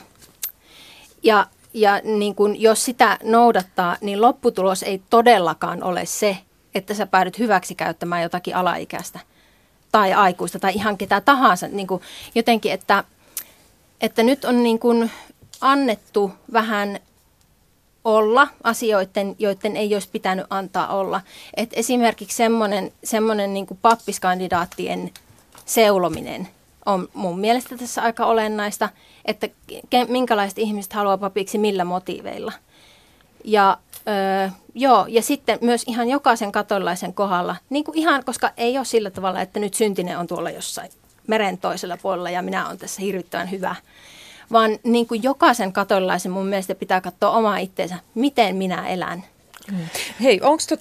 Speaker 7: Ja niin kun, jos sitä noudattaa, niin lopputulos ei todellakaan ole se, että sä päädyt hyväksikäyttämään jotakin alaikäistä tai aikuista tai ihan ketä tahansa. Niin kun, jotenkin, että nyt on niin kun annettu vähän olla asioiden, joiden ei olisi pitänyt antaa olla. Et esimerkiksi semmoinen niin kuin pappiskandidaattien seulominen on mun mielestä tässä aika olennaista, että minkälaiset ihmiset haluaa papiksi millä motiiveilla. Ja sitten myös ihan jokaisen katolilaisen kohdalla, niin kuin ihan, koska ei ole sillä tavalla, että nyt syntinen on tuolla jossain meren toisella puolella ja minä olen tässä hirvittävän hyvä. Vaan niin kuin jokaisen katolilaisen mun mielestä pitää katsoa omaa itseensä, miten minä elän.
Speaker 5: Hei,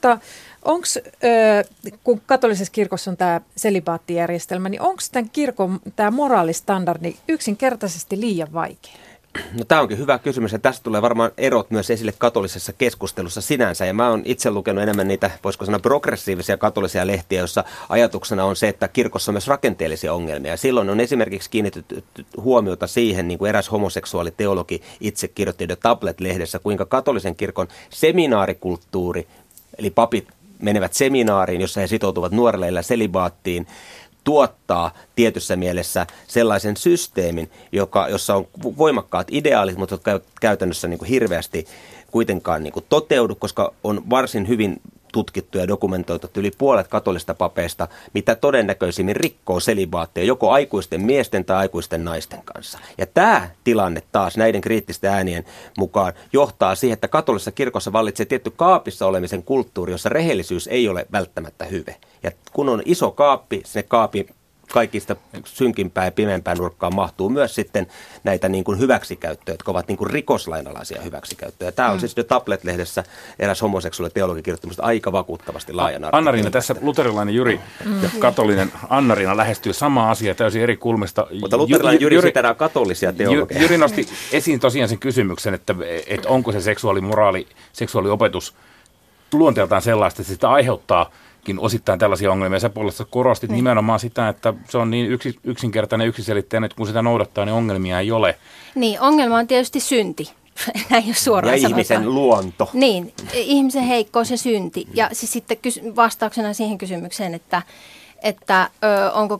Speaker 5: kun katolisessa kirkossa on tämä selibaattijärjestelmä, niin onko tämän kirkon tämä moraalistandardi yksinkertaisesti liian vaikea?
Speaker 8: No tämä onkin hyvä kysymys ja tästä tulee varmaan erot myös esille katolisessa keskustelussa sinänsä. Ja mä oon itse lukenut enemmän niitä, voisiko sanoa, progressiivisia katolisia lehtiä, joissa ajatuksena on se, että kirkossa on myös rakenteellisia ongelmia. Ja silloin on esimerkiksi kiinnitetty huomiota siihen, niin kuin eräs homoseksuaaliteologi itse kirjoitti The Tablet-lehdessä, kuinka katolisen kirkon seminaarikulttuuri, eli papit menevät seminaariin, jossa he sitoutuvat nuorelle selibaattiin, tuottaa tietyssä mielessä sellaisen systeemin, jossa on voimakkaat ideaalit, mutta jotka käytännössä niin kuin hirveästi kuitenkaan niin kuin toteudu, koska on varsin hyvin tutkittu ja dokumentoitu, että yli puolet katolista papeista, mitä todennäköisimmin rikkoo selibaatteja joko aikuisten miesten tai aikuisten naisten kanssa. Ja tämä tilanne taas näiden kriittisten äänien mukaan johtaa siihen, että katolisessa kirkossa vallitsee tietty kaapissa olemisen kulttuuri, jossa rehellisyys ei ole välttämättä hyve. Ja kun on iso kaappi, sinne kaapin kaikista synkimpää ja pimeämpää nurkkaan mahtuu myös sitten näitä niin kuin hyväksikäyttöjä, jotka ovat niin kuin rikoslainalaisia hyväksikäyttöjä. Tämä on siis jo Tablet-lehdessä eräs homoseksuaaliteologi kirjoittamista aika vakuuttavasti laajan artikkelin.
Speaker 6: Anna-Riina, tässä luterilainen Jyri ja katolinen Anna-Riina lähestyy samaa asiaa täysin eri kulmista.
Speaker 8: Mutta luterilainen Jyri siterää katolisia teologeja.
Speaker 6: Jyri nosti esiin tosiaan sen kysymyksen, että onko se seksuaalimoraali, seksuaaliopetus luonteeltaan sellaista, että sitä aiheuttaa osittain tällaisia ongelmia. Sä puolesta korostit nimenomaan sitä, että se on niin yksinkertainen, yksiselitteinen, että kun sitä noudattaa, niin ongelmia ei ole.
Speaker 7: Niin, ongelma on tietysti synti. Näin jos suoraan
Speaker 8: ja ihmisen
Speaker 7: sanotaan.
Speaker 8: Luonto.
Speaker 7: Niin, ihmisen heikkous ja synti. Ja siis sitten vastauksena siihen kysymykseen, että onko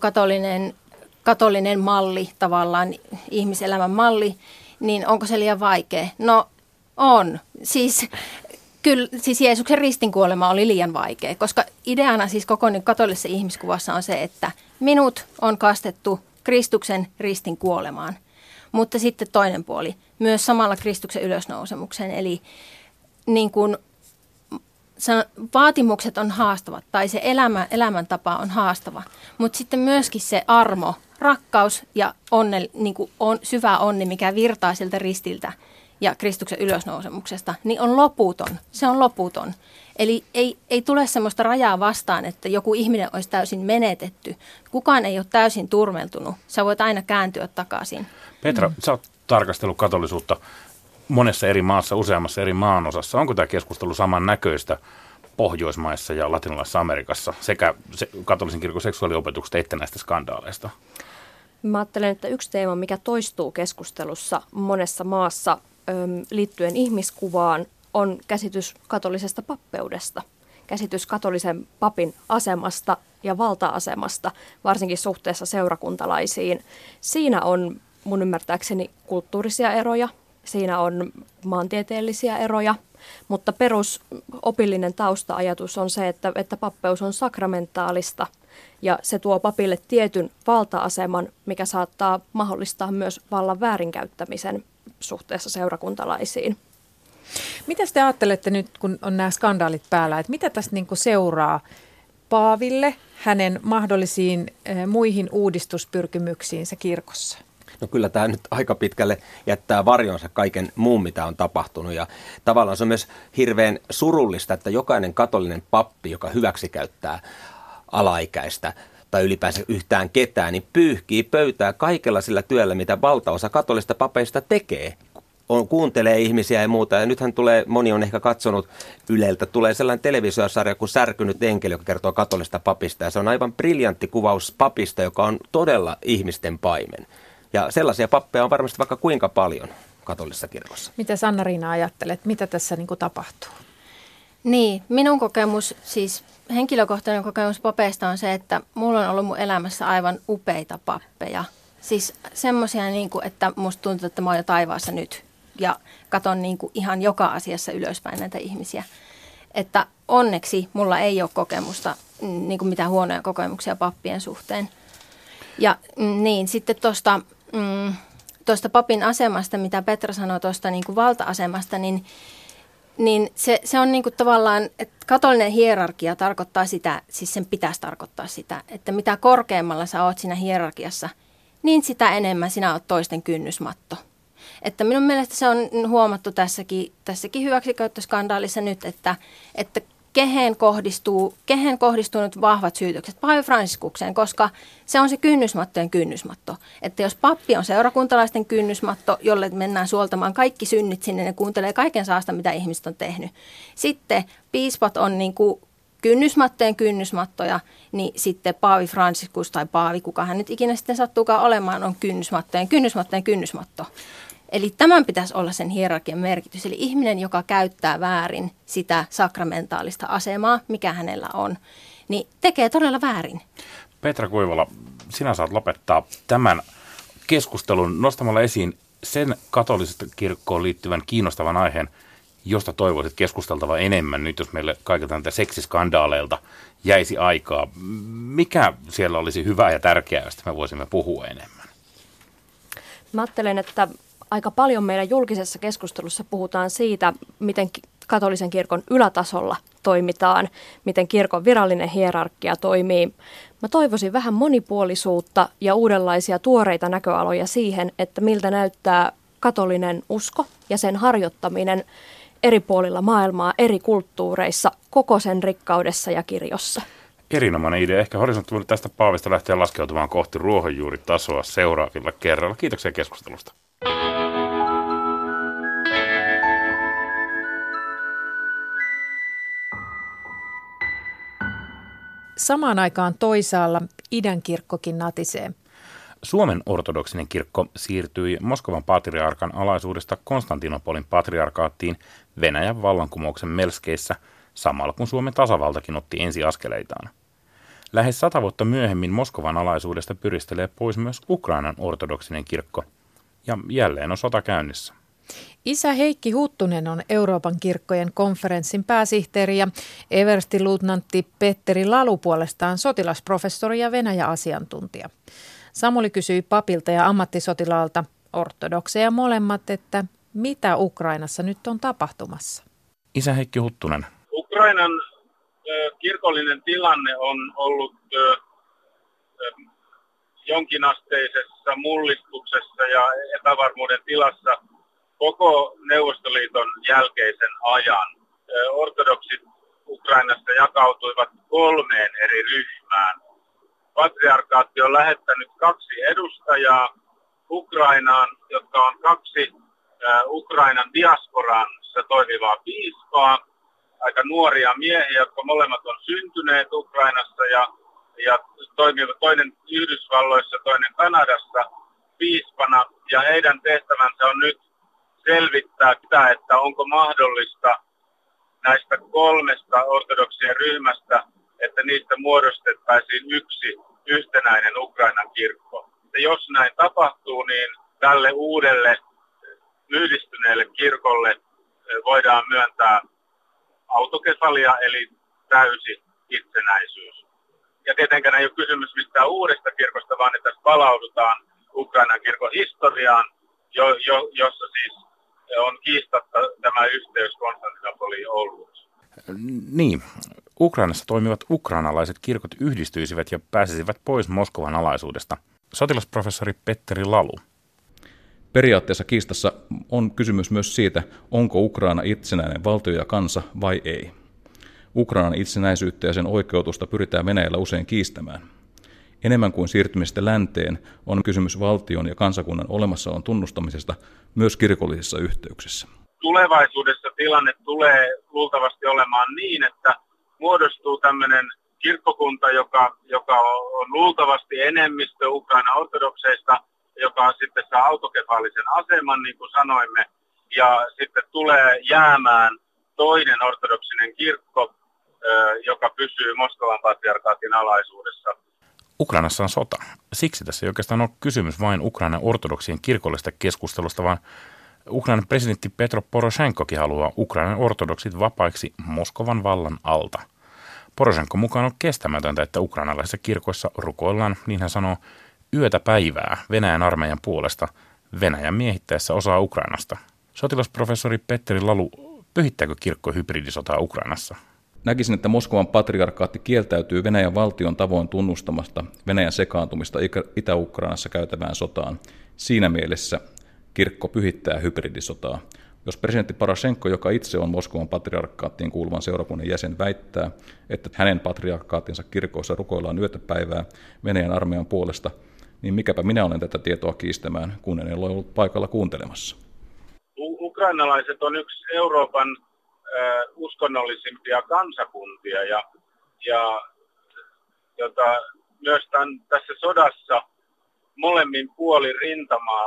Speaker 7: katolinen malli, tavallaan ihmiselämän malli, niin onko se liian vaikea? No on. Kyllä, siis Jeesuksen ristinkuolema oli liian vaikea, koska ideana siis koko katolisessa ihmiskuvassa on se, että minut on kastettu Kristuksen ristin kuolemaan. Mutta sitten toinen puoli, myös samalla Kristuksen ylösnousemukseen, eli niin kuin vaatimukset on haastavat tai se elämäntapa on haastava, mutta sitten myöskin se armo, rakkaus ja syvä onni, mikä virtaa siltä ristiltä ja Kristuksen ylösnousemuksesta, niin on loputon. Se on loputon. Eli ei tule sellaista rajaa vastaan, että joku ihminen olisi täysin menetetty. Kukaan ei ole täysin turmeltunut. Sä voit aina kääntyä takaisin.
Speaker 6: Petra, sä oot tarkastellut katolisuutta monessa eri maassa, useammassa eri maanosassa. Onko tämä keskustelu samannäköistä Pohjoismaissa ja Latinalaisessa Amerikassa sekä katolisen kirkon seksuaaliopetuksesta että näistä skandaaleista?
Speaker 9: Mä ajattelen, että yksi teema, mikä toistuu keskustelussa monessa maassa liittyen ihmiskuvaan, on käsitys katolisesta pappeudesta, käsitys katolisen papin asemasta ja valta-asemasta, varsinkin suhteessa seurakuntalaisiin. Siinä on mun ymmärtääkseni kulttuurisia eroja, siinä on maantieteellisiä eroja, mutta perusopillinen tausta-ajatus on se, että pappeus on sakramentaalista ja se tuo papille tietyn valta-aseman, mikä saattaa mahdollistaa myös vallan väärinkäyttämisen suhteessa seurakuntalaisiin.
Speaker 5: Mitä te ajattelette nyt, kun on nämä skandaalit päällä, että mitä tästä niin kuin seuraa paaville, hänen mahdollisiin muihin uudistuspyrkimyksiinsä kirkossa?
Speaker 8: No kyllä tämä nyt aika pitkälle jättää varjonsa kaiken muun, mitä on tapahtunut. Ja tavallaan se on myös hirveän surullista, että jokainen katolinen pappi, joka hyväksikäyttää alaikäistä tai ylipäänsä yhtään ketään, niin pyyhkii pöytää kaikella sillä työllä, mitä valtaosa katolista papeista tekee. kuuntelee ihmisiä ja muuta. Ja nythän moni on ehkä katsonut Yleltä, tulee sellainen televisiosarja kuin Särkynyt enkeli, joka kertoo katolista papista. Ja se on aivan briljantti kuvaus papista, joka on todella ihmisten paimen. Ja sellaisia pappeja on varmasti vaikka kuinka paljon katolisessa kirkossa.
Speaker 5: Mitä Sanna-Riina ajattelet, mitä tässä niin kuin tapahtuu?
Speaker 7: Niin, minun kokemus, siis henkilökohtainen kokemus papeista on se, että mulla on ollut mun elämässä aivan upeita pappeja. Siis semmoisia, niin kuin, että musta tuntuu, että mä oon jo taivaassa nyt ja katon niin kuin ihan joka asiassa ylöspäin näitä ihmisiä. Että onneksi mulla ei ole kokemusta, niin kuin mitään huonoja kokemuksia pappien suhteen. Ja niin, sitten tuosta papin asemasta, mitä Petra sanoi tuosta niin kuin valta-asemasta, niin se on niin kuin tavallaan, että katolinen hierarkia tarkoittaa sitä, siis sen pitäisi tarkoittaa sitä, että mitä korkeammalla sä oot siinä hierarkiassa, niin sitä enemmän sinä oot toisten kynnysmatto. Että minun mielestä se on huomattu tässäkin hyväksikäyttöskandaalissa nyt, että kehen kohdistuu nyt vahvat syytökset? Paavi Franciskukseen, koska se on se kynnysmattojen kynnysmatto. Että jos pappi on seurakuntalaisten kynnysmatto, jolle mennään suoltamaan kaikki synnit sinne, ne kuuntelee kaiken saasta, mitä ihmiset on tehnyt. Sitten piispat on niin kuin kynnysmattojen kynnysmattoja, niin sitten Paavi Franciscus tai Paavi, kuka hän nyt ikinä sitten sattuukaan olemaan, on kynnysmattojen kynnysmatto. Eli tämän pitäisi olla sen hierarkian merkitys. Eli ihminen, joka käyttää väärin sitä sakramentaalista asemaa, mikä hänellä on, niin tekee todella väärin.
Speaker 6: Petra Kuivola, sinä saat lopettaa tämän keskustelun nostamalla esiin sen katolisesta kirkkoon liittyvän kiinnostavan aiheen, josta toivoisit keskusteltava enemmän nyt, jos meille kaikilta näitä seksiskandaaleilta jäisi aikaa. Mikä siellä olisi hyvää ja tärkeää, josta me voisimme puhua enemmän?
Speaker 9: Mä ajattelen, että aika paljon meidän julkisessa keskustelussa puhutaan siitä, miten katolisen kirkon ylätasolla toimitaan, miten kirkon virallinen hierarkia toimii. Mä toivoisin vähän monipuolisuutta ja uudenlaisia tuoreita näköaloja siihen, että miltä näyttää katolinen usko ja sen harjoittaminen eri puolilla maailmaa, eri kulttuureissa, koko sen rikkaudessa ja kirjossa.
Speaker 6: Erinomainen idea. Ehkä Horisontti voi tästä paavista lähteä laskeutumaan kohti ruohonjuuritasoa seuraavilla kerralla. Kiitoksia keskustelusta.
Speaker 5: Samaan aikaan toisaalla idän kirkkokin natisee.
Speaker 6: Suomen ortodoksinen kirkko siirtyi Moskovan patriarkan alaisuudesta Konstantinopolin patriarkaattiin Venäjän vallankumouksen melskeissä, samalla kun Suomen tasavaltakin otti ensiaskeleitaan. Lähes 100 vuotta myöhemmin Moskovan alaisuudesta pyristelee pois myös Ukrainan ortodoksinen kirkko, ja jälleen on sota käynnissä.
Speaker 5: Isä Heikki Huttunen on Euroopan kirkkojen konferenssin pääsihteeri ja everstiluutnantti Petteri Lalu puolestaan sotilasprofessori ja Venäjä-asiantuntija. Samuli kysyi papilta ja ammattisotilaalta, ortodokseja molemmat, että mitä Ukrainassa nyt on tapahtumassa.
Speaker 6: Isä Heikki Huttunen.
Speaker 14: Ukrainan kirkollinen tilanne on ollut jonkinasteisessa mullistuksessa ja epävarmuuden tilassa koko Neuvostoliiton jälkeisen ajan. Ortodoksit Ukrainassa jakautuivat 3 eri ryhmään. Patriarkaatti on lähettänyt 2 edustajaa Ukrainaan, jotka on 2 Ukrainan diasporassa toimivaa piispaa, aika nuoria miehiä, jotka molemmat on syntyneet Ukrainassa ja toimivat toinen Yhdysvalloissa, toinen Kanadassa piispana. Ja heidän tehtävänsä on nyt selvittää sitä, että onko mahdollista näistä 3 ortodoksien ryhmästä, että niistä muodostettaisiin yksi yhtenäinen Ukrainan kirkko. Ja jos näin tapahtuu, niin tälle uudelle yhdistyneelle kirkolle voidaan myöntää autokefalia, eli täysi itsenäisyys. Ja tietenkään ei ole kysymys mistään uudesta kirkosta, vaan että tässä palaudutaan Ukrainan kirkon historiaan, jossa siis on kiistatta tämä yhteys Konstantinopoliin ollut.
Speaker 6: Niin, Ukrainassa toimivat ukrainalaiset kirkot yhdistyisivät ja pääsisivät pois Moskovan alaisuudesta. Sotilasprofessori Petteri Lalu.
Speaker 15: Periaatteessa kiistassa on kysymys myös siitä, onko Ukraina itsenäinen valtio ja kansa vai ei. Ukrainan itsenäisyyttä ja sen oikeutusta pyritään Venäjällä usein kiistämään. Enemmän kuin siirtymisestä länteen on kysymys valtion ja kansakunnan olemassaolon tunnustamisesta myös kirkollisissa yhteyksissä.
Speaker 14: Tulevaisuudessa tilanne tulee luultavasti olemaan niin, että muodostuu tämmöinen kirkkokunta, joka on luultavasti enemmistö Ukraina ortodokseista, joka sitten saa autokefaalisen aseman, niin kuin sanoimme, ja sitten tulee jäämään toinen ortodoksinen kirkko, joka pysyy Moskovan patriarkaatin alaisuudessa.
Speaker 6: Ukrainassa on sota. Siksi tässä ei oikeastaan ole kysymys vain Ukrainan ortodoksien kirkollisesta keskustelusta, vaan Ukrainan presidentti Petro Poroshenkokin haluaa Ukrainan ortodoksit vapaiksi Moskovan vallan alta. Poroshenko mukaan on kestämätöntä, että ukrainalaisissa kirkoissa rukoillaan, niin hän sanoo, yötä päivää Venäjän armeijan puolesta Venäjän miehittäessä osaa Ukrainasta. Sotilasprofessori Petteri Lalu, pyhittääkö kirkko hybridisotaa Ukrainassa?
Speaker 15: Näkisin, että Moskovan patriarkaatti kieltäytyy Venäjän valtion tavoin tunnustamasta Venäjän sekaantumista Itä-Ukrainassa käytävään sotaan. Siinä mielessä kirkko pyhittää hybridisotaa. Jos presidentti Poroshenko, joka itse on Moskovan patriarkaattiin kuuluvan seurakunnan jäsen, väittää, että hänen patriarkaattinsa kirkoissa rukoillaan yötä päivää Venäjän armeijan puolesta, niin mikäpä minä olen tätä tietoa kiistämään, kun en ole ollut paikalla kuuntelemassa.
Speaker 14: Ukrainalaiset on yksi Euroopan uskonnollisimpia kansakuntia ja myös tässä sodassa molemmin puolin rintamaa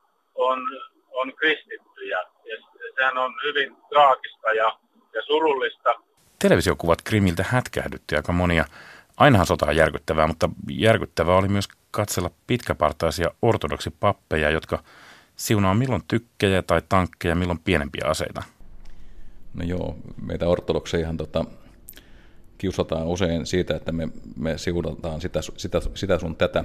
Speaker 14: on kristittyjä. Ja sehän on hyvin traagista ja surullista.
Speaker 6: Televisiokuvat Krimiltä hätkähdytti aika monia. Ainahan sota on järkyttävää, mutta järkyttävää oli myös katsella pitkäpartaisia ortodoksipappeja, jotka siunaa milloin tykkejä tai tankkeja, milloin pienempiä aseita.
Speaker 15: No joo, meitä ortodokseihan kiusataan usein siitä, että me siunataan sitä sun tätä.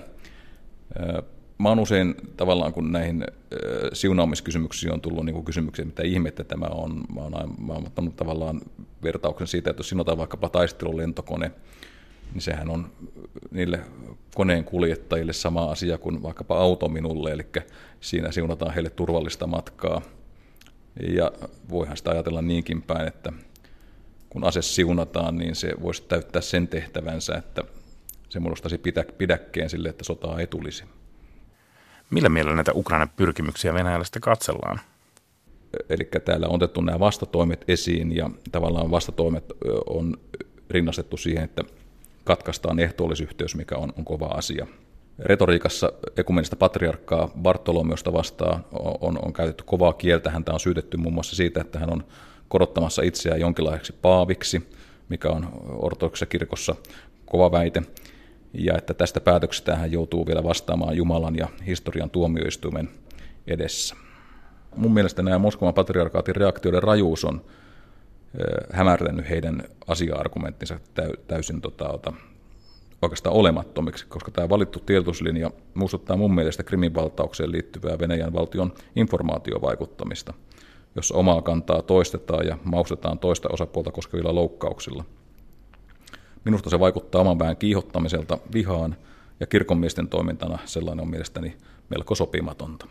Speaker 15: Mä oon usein tavallaan, kun näihin siunaamiskysymyksiin on tullut niin kuin kysymyksiä, mitä ihmettä tämä on. Mä oon ottanut tavallaan vertauksen siitä, että jos siunataan vaikkapa taistelulentokone, niin sehän on niille koneen kuljettajille sama asia kuin vaikkapa auto minulle, eli siinä siunataan heille turvallista matkaa. Ja voihan sitä ajatella niinkin päin, että kun ase siunataan, niin se voisi täyttää sen tehtävänsä, että se muodostaisi pidäkkeen sille, että sotaa ei tulisi.
Speaker 6: Millä mielellä näitä Ukrainan pyrkimyksiä Venäjällä sitten katsellaan?
Speaker 15: Eli täällä on otettu nämä vastatoimet esiin, ja tavallaan vastatoimet on rinnastettu siihen, että katkaistaan ehtoollisyhteys, mikä on kova asia. Retoriikassa ekumenista patriarkkaa Bartolomeusta vastaan on käytetty kovaa kieltä. Häntä on syytetty muun muassa siitä, että hän on korottamassa itseään jonkinlaiseksi paaviksi, mikä on ortodoksisessa kirkossa kova väite. Ja että tästä päätöksestä hän joutuu vielä vastaamaan Jumalan ja historian tuomioistuimen edessä. Mun mielestä nämä Moskovan patriarkaatin reaktioiden rajuus on hämärtänyt heidän asia-argumenttinsa täysin oikeastaan olemattomiksi, koska tämä valittu tiedotuslinja muistuttaa mun mielestä Krimin valtaukseen liittyvää Venäjän valtion informaatiovaikuttamista, jossa omaa kantaa toistetaan ja maustetaan toista osapuolta koskevilla loukkauksilla. Minusta se vaikuttaa oman väen kiihottamiselta vihaan, ja kirkonmiesten toimintana sellainen on mielestäni melko sopimatonta.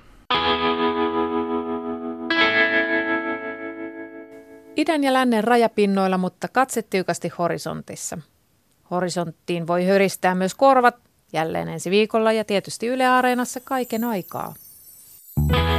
Speaker 5: Idän ja lännen rajapinnoilla, mutta katse tiukasti horisontissa. Horisonttiin voi höristää myös korvat, jälleen ensi viikolla ja tietysti Yle Areenassa kaiken aikaa.